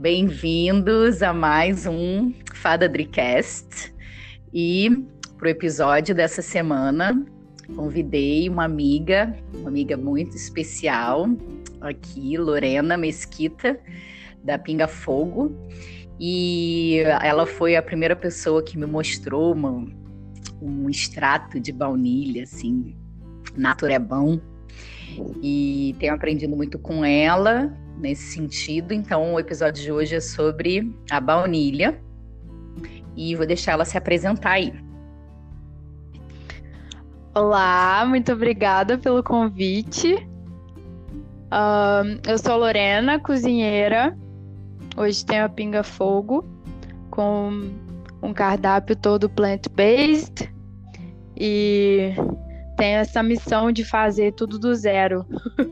Bem-vindos a mais um Fada Dricast. E para o episódio dessa semana, convidei uma amiga muito especial aqui, Lorena Mesquita, da Pinga Fogo. E ela foi a primeira pessoa que me mostrou um extrato de baunilha, assim, naturebão. E tenho aprendido muito com ela nesse sentido. Então o episódio de hoje é sobre a baunilha e vou deixar ela se apresentar aí. Olá, muito obrigada pelo convite. Eu sou a Lorena, cozinheira. Hoje tenho a Pinga Fogo com um cardápio todo plant-based e tenho essa missão de fazer tudo do zero.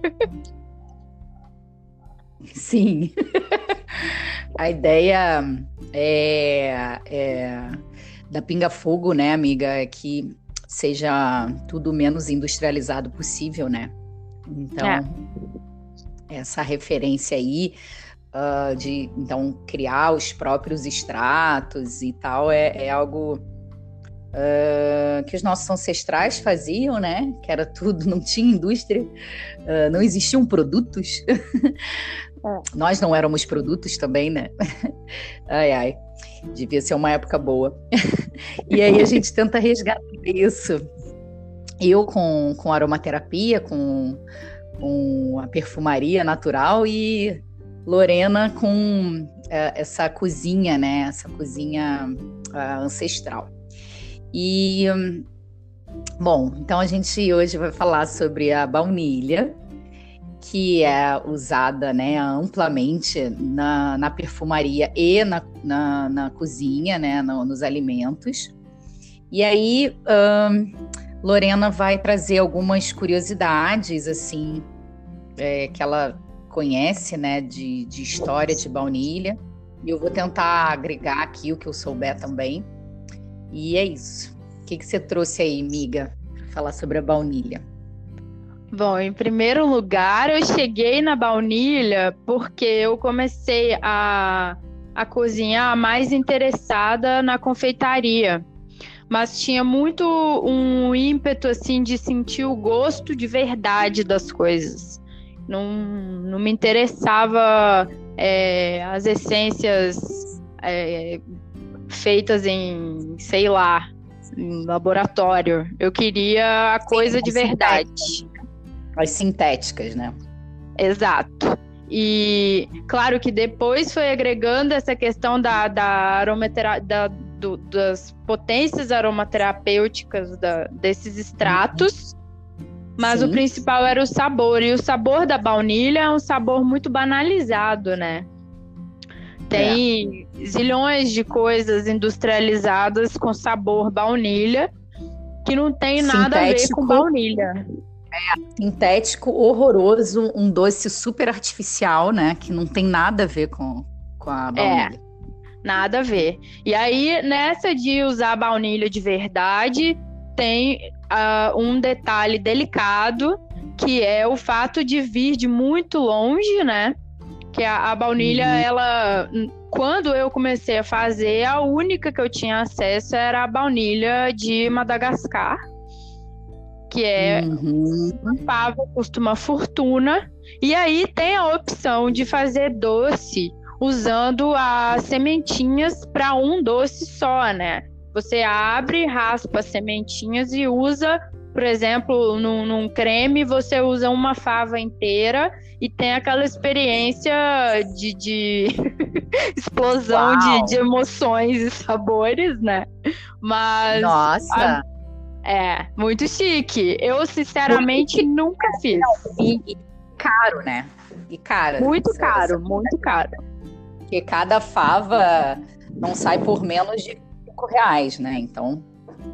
Sim, a ideia da Pinga Fogo, né, amiga, é que seja tudo menos industrializado possível, né? Então, essa referência aí de então criar os próprios extratos e tal é algo que os nossos ancestrais faziam, né? Que era tudo, não tinha indústria, não existiam produtos. Nós não éramos produtos também, né? Ai, devia ser uma época boa. E aí a gente tenta resgatar isso. Eu com aromaterapia, com a perfumaria natural e Lorena com essa cozinha, né? Essa cozinha ancestral. E, bom, então a gente hoje vai falar sobre a baunilha, que é usada, né, amplamente na perfumaria e na cozinha, né, nos alimentos. E aí, Lorena vai trazer algumas curiosidades, assim, que ela conhece, né, de história de baunilha. E eu vou tentar agregar aqui o que eu souber também. E é isso. O que você trouxe aí, amiga, para falar sobre a baunilha? Bom, em primeiro lugar, eu cheguei na baunilha porque eu comecei a cozinhar mais interessada na confeitaria. Mas tinha muito um ímpeto, assim, de sentir o gosto de verdade das coisas. Não me interessava as essências feitas em, sei lá, em laboratório. Eu queria a coisa de verdade. As sintéticas, né? Exato. E claro que depois foi agregando essa questão das potências aromaterapêuticas desses extratos, mas Sim. O principal era o sabor. E o sabor da baunilha é um sabor muito banalizado, né? Tem zilhões de coisas industrializadas com sabor baunilha que não tem nada a ver com baunilha. Sintético, horroroso, um doce super artificial, né? Que não tem nada a ver com a baunilha. Nada a ver. E aí, nessa de usar baunilha de verdade, tem um detalhe delicado, que é o fato de vir de muito longe, né? Que a baunilha, ela... Quando eu comecei a fazer, a única que eu tinha acesso era a baunilha de Madagascar, que é uma fava, custa uma fortuna. E aí tem a opção de fazer doce usando as sementinhas para um doce só, né? Você abre, raspa as sementinhas e usa, por exemplo, num creme, você usa uma fava inteira e tem aquela experiência de explosão de emoções e sabores, né? Mas... Nossa! Muito chique. Eu, sinceramente, nunca fiz. E caro, né? E caro. Muito caro, muito caro. Porque cada fava não sai por menos de R$5, né? Então...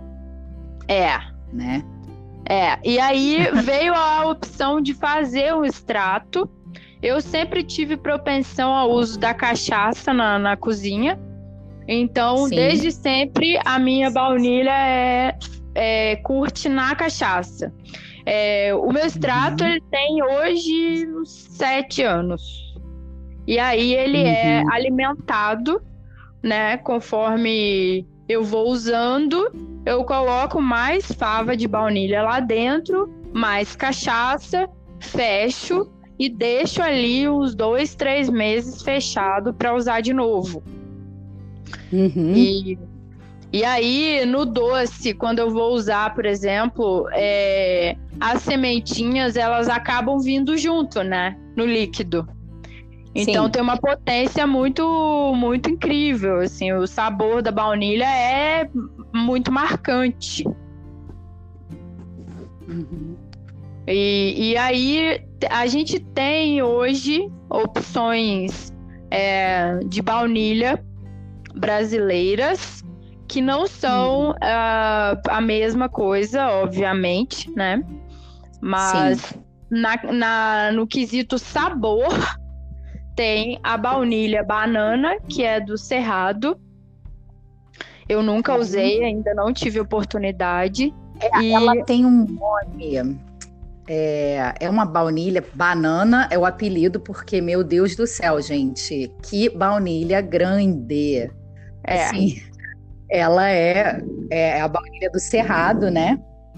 Né? E aí veio a opção de fazer um extrato. Eu sempre tive propensão ao uso da cachaça na cozinha. Então, desde sempre, a minha baunilha curte na cachaça. O meu extrato ele tem hoje uns 7 anos. E aí ele é alimentado, né? Conforme eu vou usando, eu coloco mais fava de baunilha lá dentro, mais cachaça, fecho e deixo ali uns 2, 3 meses fechado para usar de novo. E aí, no doce, quando eu vou usar, por exemplo, as sementinhas, elas acabam vindo junto, né? No líquido. Então, Sim. tem uma potência muito, muito incrível, assim. O sabor da baunilha é muito marcante. E aí, a gente tem hoje opções de baunilha brasileiras que não são a mesma coisa, obviamente, né? Mas no quesito sabor, tem a baunilha banana, que é do Cerrado. Eu nunca usei, ainda não tive oportunidade. Ela tem um nome. É uma baunilha, banana é o apelido, porque, meu Deus do céu, gente, que baunilha grande. Assim, ela é a baunilha do Cerrado, né?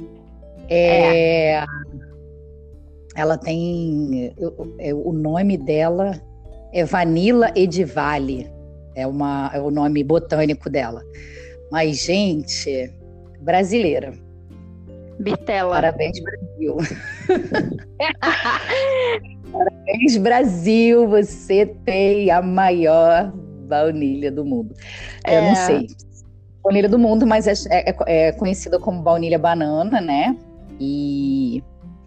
Ela tem... o nome dela é Vanilla Edivale. É o nome botânico dela. Mas, gente, brasileira. Bitela. Parabéns, Brasil. Parabéns, Brasil. Você tem a maior baunilha do mundo. Eu não sei. Baunilha do mundo, mas é conhecida como baunilha banana, né? E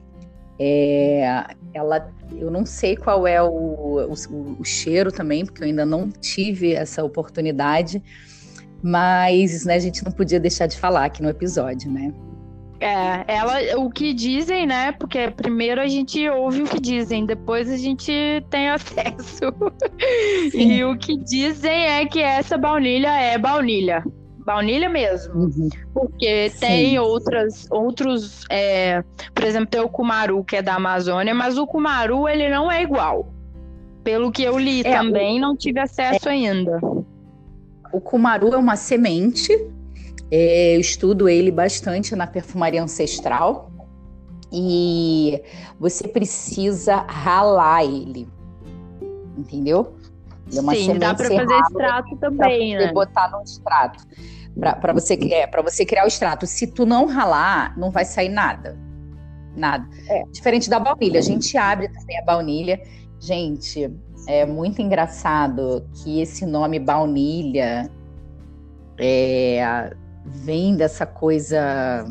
ela, eu não sei qual é o cheiro também, porque eu ainda não tive essa oportunidade, mas, né, a gente não podia deixar de falar aqui no episódio, né? O que dizem, né? Porque primeiro a gente ouve o que dizem, depois a gente tem acesso. E o que dizem é que essa baunilha é baunilha. Baunilha mesmo. Porque tem outros... por exemplo, tem o cumaru, que é da Amazônia, mas o cumaru, ele não é igual. Pelo que eu li também, não tive acesso ainda. O cumaru é uma semente. Eu estudo ele bastante na perfumaria ancestral e você precisa ralar ele, entendeu? Ele é uma semente, dá para fazer extrato também, né? Botar no extrato para você criar o extrato. Se tu não ralar, não vai sair nada. Diferente da baunilha, a gente abre também a baunilha. Gente, é muito engraçado que esse nome baunilha vem dessa coisa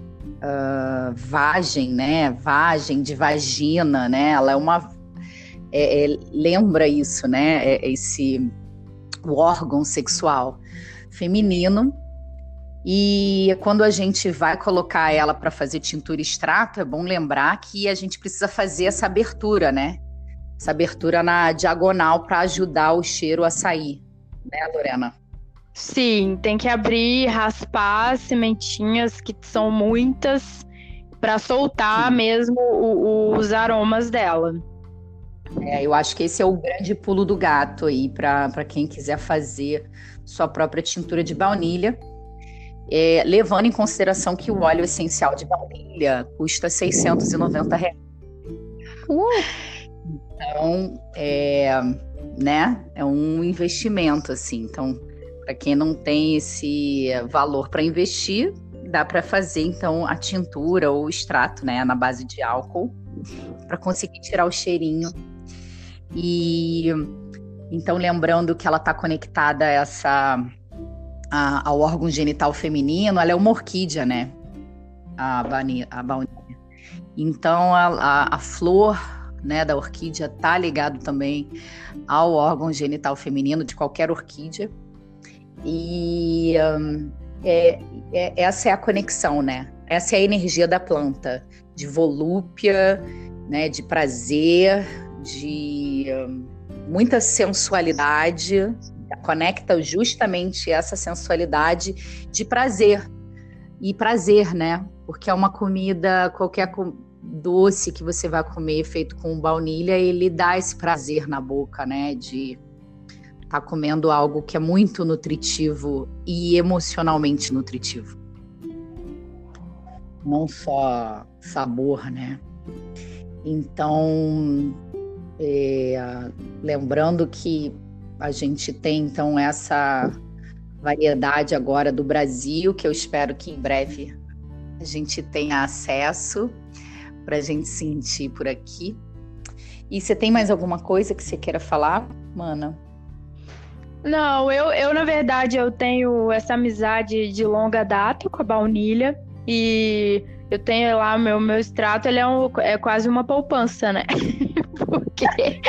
vagem, né? Vagem, de vagina, né? Ela é uma... lembra isso, né? O órgão sexual feminino. E quando a gente vai colocar ela para fazer tintura e extrato, é bom lembrar que a gente precisa fazer essa abertura, né? Essa abertura na diagonal para ajudar o cheiro a sair, né, Lorena? Sim, tem que abrir, raspar as sementinhas, que são muitas, para soltar mesmo os aromas dela. Eu acho que esse é o grande pulo do gato aí, para quem quiser fazer sua própria tintura de baunilha, levando em consideração que o óleo essencial de baunilha custa R$690. Então, né, é um investimento, assim. Então, para quem não tem esse valor para investir, dá para fazer, então, a tintura ou o extrato, né, na base de álcool, para conseguir tirar o cheirinho. E, então, lembrando que ela está conectada ao órgão genital feminino, ela é uma orquídea, né, a baunilha. Então, a flor, né, da orquídea está ligado também ao órgão genital feminino de qualquer orquídea. E essa é a conexão, né? Essa é a energia da planta, de volúpia, né? De prazer, de muita sensualidade. Conecta justamente essa sensualidade de prazer. E prazer, né? Porque é uma comida, doce que você vai comer feito com baunilha, ele dá esse prazer na boca, né? De estar comendo algo que é muito nutritivo e emocionalmente nutritivo. Não só sabor, né? Então, lembrando que a gente tem, então, essa variedade agora do Brasil, que eu espero que em breve a gente tenha acesso para a gente sentir por aqui. E você tem mais alguma coisa que você queira falar, Mana? Não, eu na verdade, eu tenho essa amizade de longa data com a baunilha e eu tenho lá meu extrato, ele é quase uma poupança, né? Porque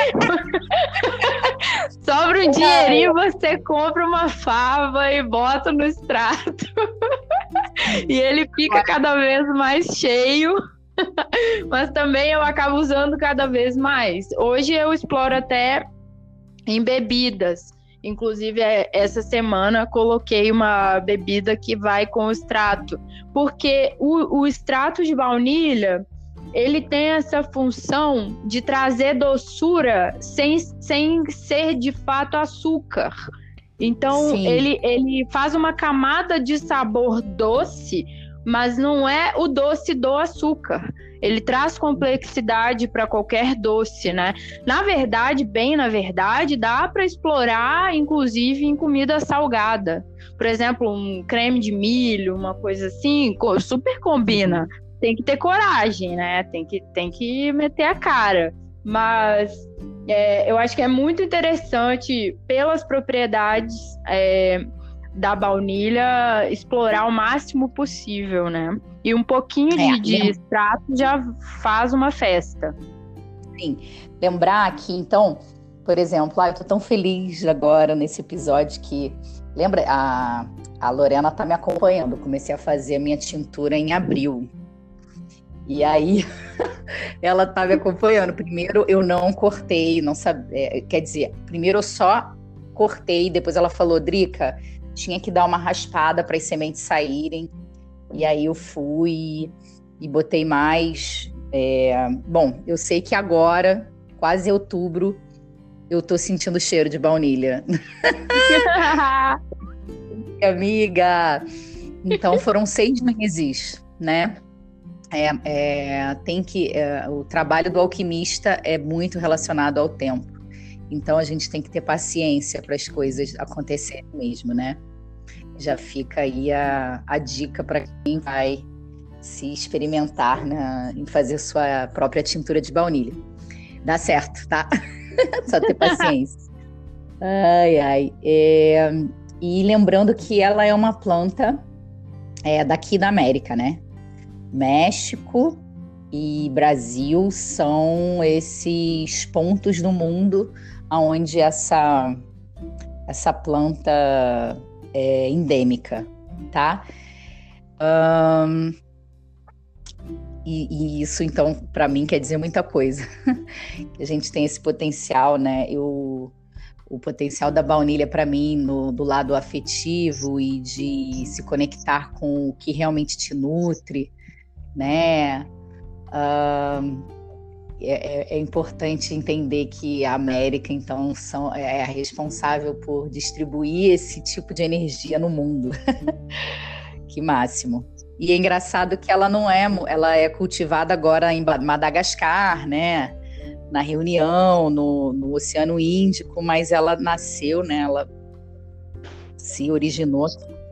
sobra um dinheirinho, você compra uma fava e bota no extrato. E ele fica cada vez mais cheio, mas também eu acabo usando cada vez mais. Hoje eu exploro até em bebidas. Inclusive, essa semana coloquei uma bebida que vai com o extrato, porque o extrato de baunilha, ele tem essa função de trazer doçura sem ser de fato açúcar. Então, ele faz uma camada de sabor doce, mas não é o doce do açúcar. Ele traz complexidade para qualquer doce, né? Na verdade, dá para explorar, inclusive, em comida salgada. Por exemplo, um creme de milho, uma coisa assim, super combina. Tem que ter coragem, né? Tem que meter a cara. Mas eu acho que é muito interessante, pelas propriedades da baunilha, explorar o máximo possível, né? E um pouquinho de extrato já faz uma festa. Sim. Lembrar que, então, por exemplo, eu tô tão feliz agora nesse episódio que... Lembra? A Lorena tá me acompanhando. Eu comecei a fazer a minha tintura em abril. E aí, ela tá me acompanhando. Primeiro, eu não cortei, não sabia... Quer dizer, primeiro eu só cortei, depois ela falou, Drica, tinha que dar uma raspada para as sementes saírem. E aí eu fui e botei mais. Bom, eu sei que agora, quase outubro, eu tô sentindo o cheiro de baunilha. Amiga! Então foram 6 meses, né? O trabalho do alquimista é muito relacionado ao tempo. Então a gente tem que ter paciência para as coisas acontecerem mesmo, né? Já fica aí a dica para quem vai se experimentar em fazer sua própria tintura de baunilha. Dá certo, tá? Só ter paciência. Ai. E lembrando que ela é uma planta daqui da América, né? México e Brasil são esses pontos do mundo onde essa planta é endêmica, tá? E isso, então, para mim, quer dizer muita coisa. A gente tem esse potencial, né? O potencial da baunilha, para mim, do lado afetivo e de se conectar com o que realmente te nutre, né? É importante entender que a América, então, é a responsável por distribuir esse tipo de energia no mundo. Que máximo. E é engraçado que ela ela é cultivada agora em Madagascar, né? Na Reunião, no Oceano Índico, mas ela nasceu, né? Ela se originou.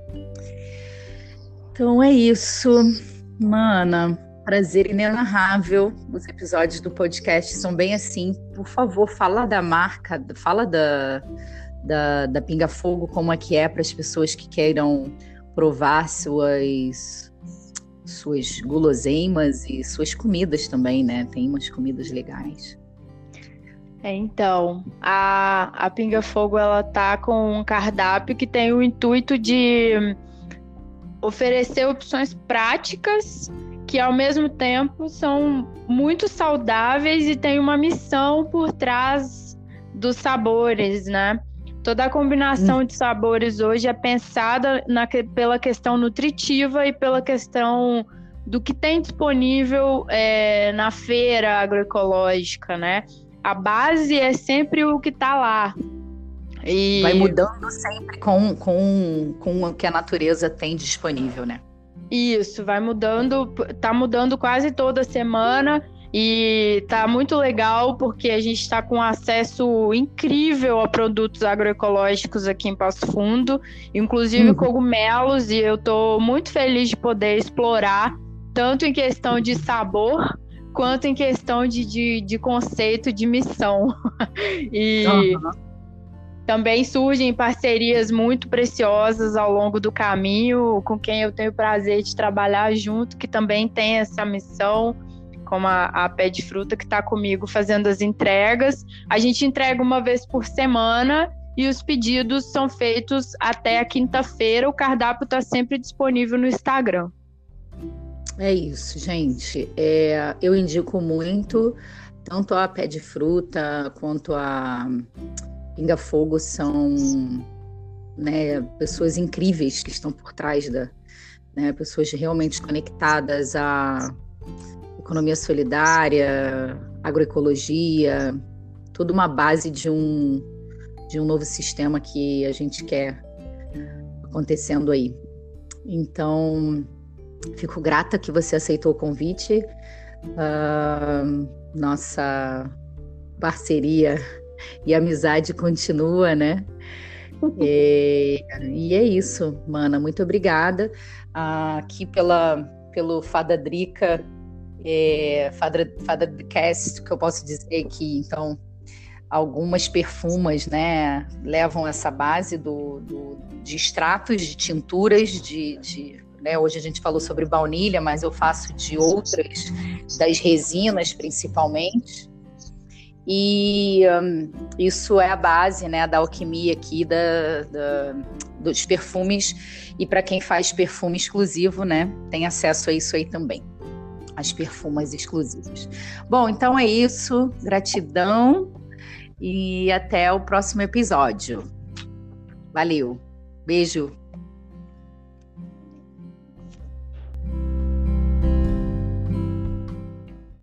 Então é isso, Mana. Prazer inenarrável. Os episódios do podcast são bem assim. Por favor, fala da marca, fala da Pinga Fogo, como é que é para as pessoas que queiram provar suas guloseimas e suas comidas também, né? Tem umas comidas legais. Então, a Pinga Fogo, ela tá com um cardápio que tem o intuito de oferecer opções práticas que ao mesmo tempo são muito saudáveis e tem uma missão por trás dos sabores, né? Toda a combinação de sabores hoje é pensada pela questão nutritiva e pela questão do que tem disponível na feira agroecológica, né? A base é sempre o que está lá. E vai mudando sempre com o que a natureza tem disponível, né? Isso, vai mudando, tá mudando quase toda semana e tá muito legal porque a gente está com acesso incrível a produtos agroecológicos aqui em Passo Fundo, inclusive cogumelos, e eu tô muito feliz de poder explorar, tanto em questão de sabor, quanto em questão de conceito de missão. E também surgem parcerias muito preciosas ao longo do caminho, com quem eu tenho o prazer de trabalhar junto, que também tem essa missão, como a Pé de Fruta, que está comigo fazendo as entregas. A gente entrega uma vez por semana e os pedidos são feitos até a quinta-feira. O cardápio está sempre disponível no Instagram. É isso, gente. Eu indico muito, tanto a Pé de Fruta quanto a Pinga Fogo são, né, pessoas incríveis que estão por trás pessoas realmente conectadas à economia solidária, agroecologia, toda uma base de um novo sistema que a gente quer acontecendo aí. Então, fico grata que você aceitou o convite. Nossa parceria e a amizade continua, né? E é isso, Mana. Muito obrigada aqui pelo Fada Drica, Fada Dricast, que eu posso dizer que, então, algumas perfumas, né, levam essa base de extratos, de tinturas, né, hoje a gente falou sobre baunilha, mas eu faço de outras, das resinas principalmente. E isso é a base, né, da alquimia aqui dos perfumes, e para quem faz perfume exclusivo, né, tem acesso a isso aí também, as perfumas exclusivas. Bom, então é isso, gratidão e até o próximo episódio. Valeu, beijo.